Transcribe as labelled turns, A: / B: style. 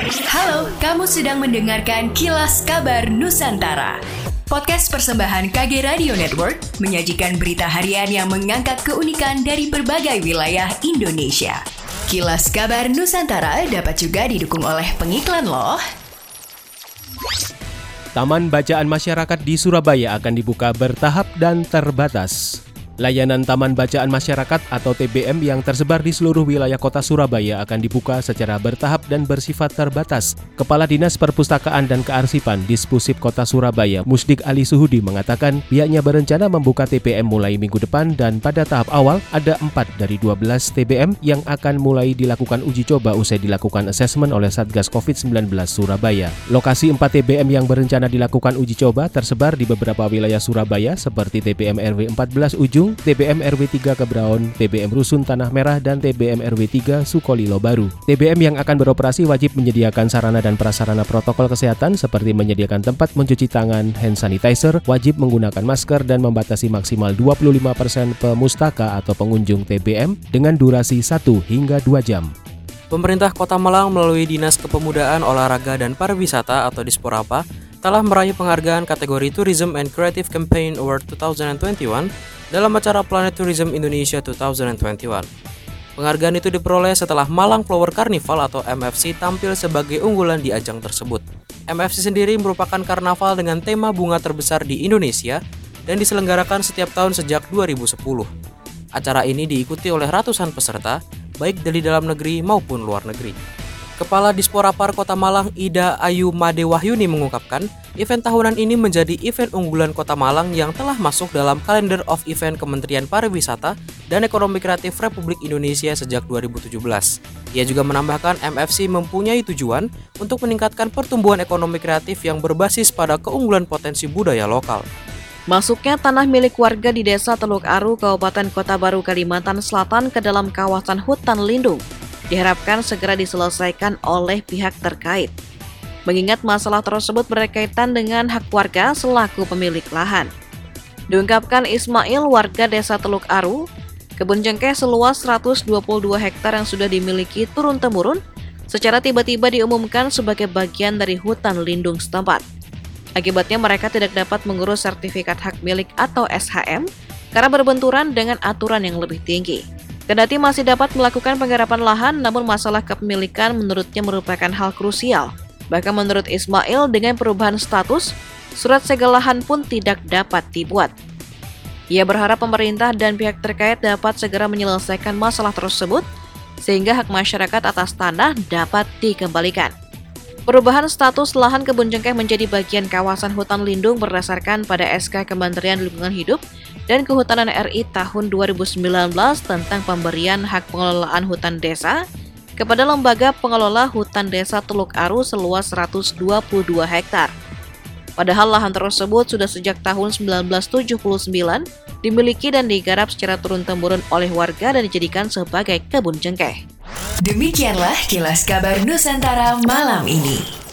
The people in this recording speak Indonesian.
A: Halo, kamu sedang mendengarkan Kilas Kabar Nusantara. Podcast persembahan KG Radio Network menyajikan berita harian yang mengangkat keunikan dari berbagai wilayah Indonesia. Kilas Kabar Nusantara dapat juga didukung oleh pengiklan loh.
B: Taman Bacaan Masyarakat di Surabaya akan dibuka bertahap dan terbatas. Layanan Taman Bacaan Masyarakat atau TBM yang tersebar di seluruh wilayah kota Surabaya akan dibuka secara bertahap dan bersifat terbatas. Kepala Dinas Perpustakaan dan Kearsipan Dispusip Kota Surabaya, Musdik Ali Suhudi mengatakan pihaknya berencana membuka TBM mulai minggu depan dan pada tahap awal ada 4 dari 12 TBM yang akan mulai dilakukan uji coba usai dilakukan asesmen oleh Satgas COVID-19 Surabaya. Lokasi 4 TBM yang berencana dilakukan uji coba tersebar di beberapa wilayah Surabaya seperti TBM RW 14 Ujung, TBM RW 3 Kebraon, TBM Rusun Tanah Merah, dan TBM RW 3 Sukolilo Baru. TBM yang akan beroperasi wajib menyediakan sarana dan prasarana protokol kesehatan seperti menyediakan tempat mencuci tangan, hand sanitizer, wajib menggunakan masker, dan membatasi maksimal 25% pemustaka atau pengunjung TBM dengan durasi 1 hingga 2 jam.
C: Pemerintah Kota Malang melalui Dinas Kepemudaan, Olahraga, dan Pariwisata atau Disporapa telah meraih penghargaan kategori Tourism and Creative Campaign Award 2021 dalam acara Planet Tourism Indonesia 2021. Penghargaan itu diperoleh setelah Malang Flower Carnival atau MFC tampil sebagai unggulan di ajang tersebut. MFC sendiri merupakan karnaval dengan tema bunga terbesar di Indonesia dan diselenggarakan setiap tahun sejak 2010. Acara ini diikuti oleh ratusan peserta, baik dari dalam negeri maupun luar negeri. Kepala Disporapar Kota Malang Ida Ayu Made Wahyuni mengungkapkan, event tahunan ini menjadi event unggulan Kota Malang yang telah masuk dalam kalender of event Kementerian Pariwisata dan Ekonomi Kreatif Republik Indonesia sejak 2017. Ia juga menambahkan MFC mempunyai tujuan untuk meningkatkan pertumbuhan ekonomi kreatif yang berbasis pada keunggulan potensi budaya lokal.
D: Masuknya tanah milik warga di Desa Teluk Aru, Kabupaten Kota Baru, Kalimantan Selatan ke dalam kawasan hutan lindung diharapkan segera diselesaikan oleh pihak terkait. Mengingat masalah tersebut berkaitan dengan hak warga selaku pemilik lahan. Diungkapkan Ismail, warga Desa Teluk Aru, kebun cengkeh seluas 122 hektar yang sudah dimiliki turun-temurun secara tiba-tiba diumumkan sebagai bagian dari hutan lindung setempat. Akibatnya mereka tidak dapat mengurus sertifikat hak milik atau SHM karena berbenturan dengan aturan yang lebih tinggi. Kendati masih dapat melakukan penggarapan lahan, namun masalah kepemilikan menurutnya merupakan hal krusial. Bahkan menurut Ismail, dengan perubahan status, surat segel lahan pun tidak dapat dibuat. Ia berharap pemerintah dan pihak terkait dapat segera menyelesaikan masalah tersebut, sehingga hak masyarakat atas tanah dapat dikembalikan. Perubahan status lahan kebun cengkeh menjadi bagian kawasan hutan lindung berdasarkan pada SK Kementerian Lingkungan Hidup dan Kehutanan RI tahun 2019 tentang pemberian hak pengelolaan hutan desa kepada Lembaga Pengelola Hutan Desa Teluk Aru seluas 122 hektar. Padahal lahan tersebut sudah sejak tahun 1979 dimiliki dan digarap secara turun-temurun oleh warga dan dijadikan sebagai kebun cengkeh.
A: Demikianlah Kilas Kabar Nusantara malam ini.